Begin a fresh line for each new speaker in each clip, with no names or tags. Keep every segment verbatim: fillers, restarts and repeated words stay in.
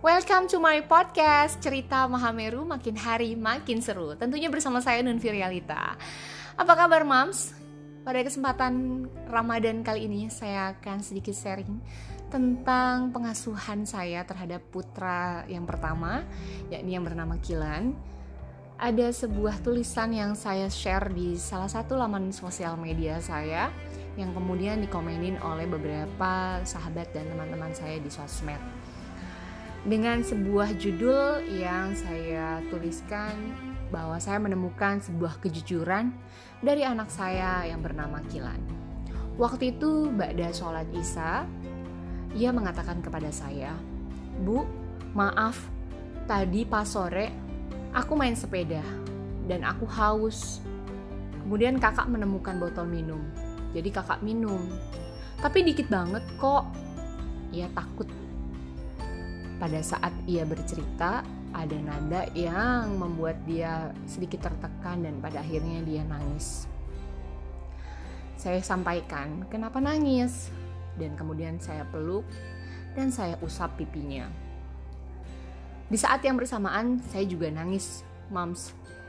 Welcome to my podcast, Cerita Mahameru makin hari makin seru. Tentunya bersama saya Nunfi Realita. Apa kabar Mams? Pada kesempatan Ramadan kali ini saya akan sedikit sharing tentang pengasuhan saya terhadap putra yang pertama, yakni yang bernama Kilan. Ada sebuah tulisan yang saya share di salah satu laman sosial media saya yang kemudian dikomenin oleh beberapa sahabat dan teman-teman saya di sosmed. Dengan sebuah judul yang saya tuliskan bahwa saya menemukan sebuah kejujuran dari anak saya yang bernama Kilan. Waktu itu ba'da sholat isya, ia mengatakan kepada saya, "Bu, maaf, tadi pas sore aku main sepeda dan aku haus. Kemudian kakak menemukan botol minum. Jadi kakak minum, tapi dikit banget kok." Ia takut. Pada saat ia bercerita, ada nada yang membuat dia sedikit tertekan dan pada akhirnya dia nangis. Saya sampaikan, "Kenapa nangis?" Dan kemudian saya peluk dan saya usap pipinya. Di saat yang bersamaan, saya juga nangis, Mams.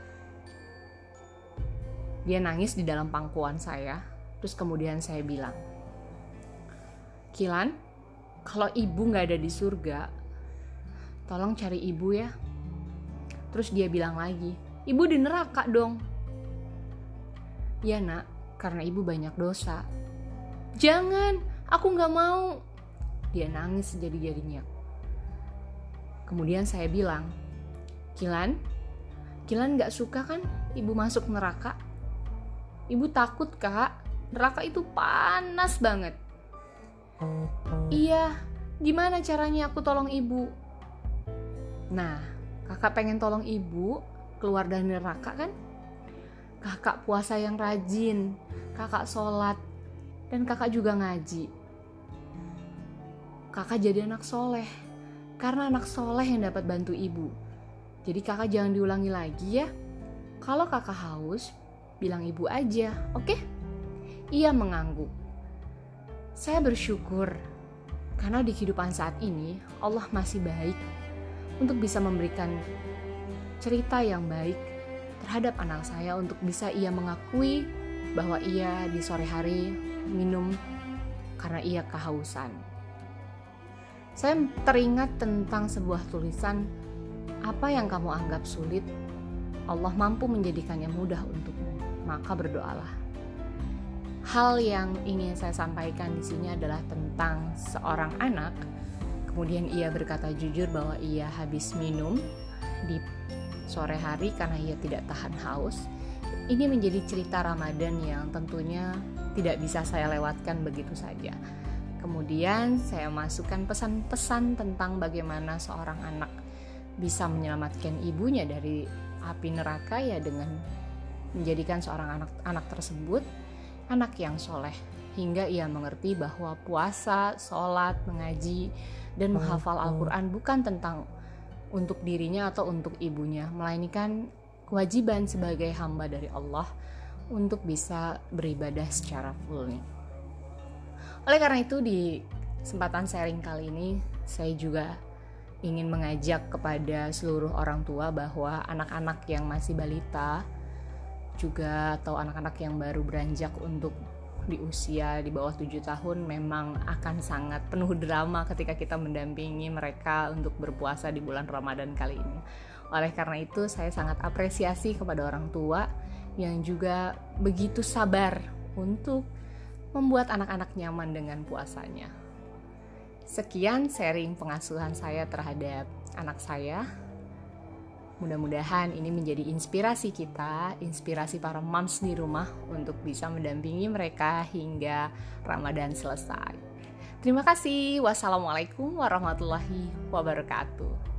Dia nangis di dalam pangkuan saya. Terus kemudian saya bilang, "Kilan, kalau ibu gak ada di surga, tolong cari ibu ya." Terus dia bilang lagi, "Ibu di neraka dong." "Ya nak, karena ibu banyak dosa." "Jangan, aku gak mau." Dia nangis jadi-jadinya. Kemudian saya bilang, "Kilan, Kilan gak suka kan ibu masuk neraka? Ibu takut kak, neraka itu panas banget." "Iya, gimana caranya aku tolong ibu?" "Nah, kakak pengen tolong ibu keluar dari neraka kan? Kakak puasa yang rajin, kakak sholat, dan kakak juga ngaji. Kakak jadi anak soleh, karena anak soleh yang dapat bantu ibu. Jadi kakak jangan diulangi lagi ya. Kalau kakak haus, bilang ibu aja, oke?" Ia mengangguk. Saya bersyukur karena di kehidupan saat ini Allah masih baik untuk bisa memberikan cerita yang baik terhadap anak saya, untuk bisa ia mengakui bahwa ia di sore hari minum karena ia kehausan. Saya teringat tentang sebuah tulisan, "Apa yang kamu anggap sulit, Allah mampu menjadikannya mudah untukmu, maka berdoalah." Hal yang ingin saya sampaikan di sini adalah tentang seorang anak. Kemudian ia berkata jujur bahwa ia habis minum di sore hari karena ia tidak tahan haus. Ini menjadi cerita Ramadan yang tentunya tidak bisa saya lewatkan begitu saja. Kemudian saya masukkan pesan-pesan tentang bagaimana seorang anak bisa menyelamatkan ibunya dari api neraka, ya dengan menjadikan seorang anak anak tersebut anak yang soleh, hingga ia mengerti bahwa puasa, sholat, mengaji, dan menghafal Al-Quran bukan tentang untuk dirinya atau untuk ibunya, melainkan kewajiban sebagai hamba dari Allah untuk bisa beribadah secara full nih. Oleh karena itu, di kesempatan sharing kali ini saya juga ingin mengajak kepada seluruh orang tua bahwa anak-anak yang masih balita juga atau anak-anak yang baru beranjak untuk di usia di bawah tujuh tahun memang akan sangat penuh drama ketika kita mendampingi mereka untuk berpuasa di bulan Ramadan kali ini. Oleh karena itu saya sangat apresiasi kepada orang tua yang juga begitu sabar untuk membuat anak-anak nyaman dengan puasanya. Sekian sharing pengasuhan saya terhadap anak saya. Mudah-mudahan ini menjadi inspirasi kita, inspirasi para moms di rumah untuk bisa mendampingi mereka hingga Ramadan selesai. Terima kasih. Wassalamualaikum warahmatullahi wabarakatuh.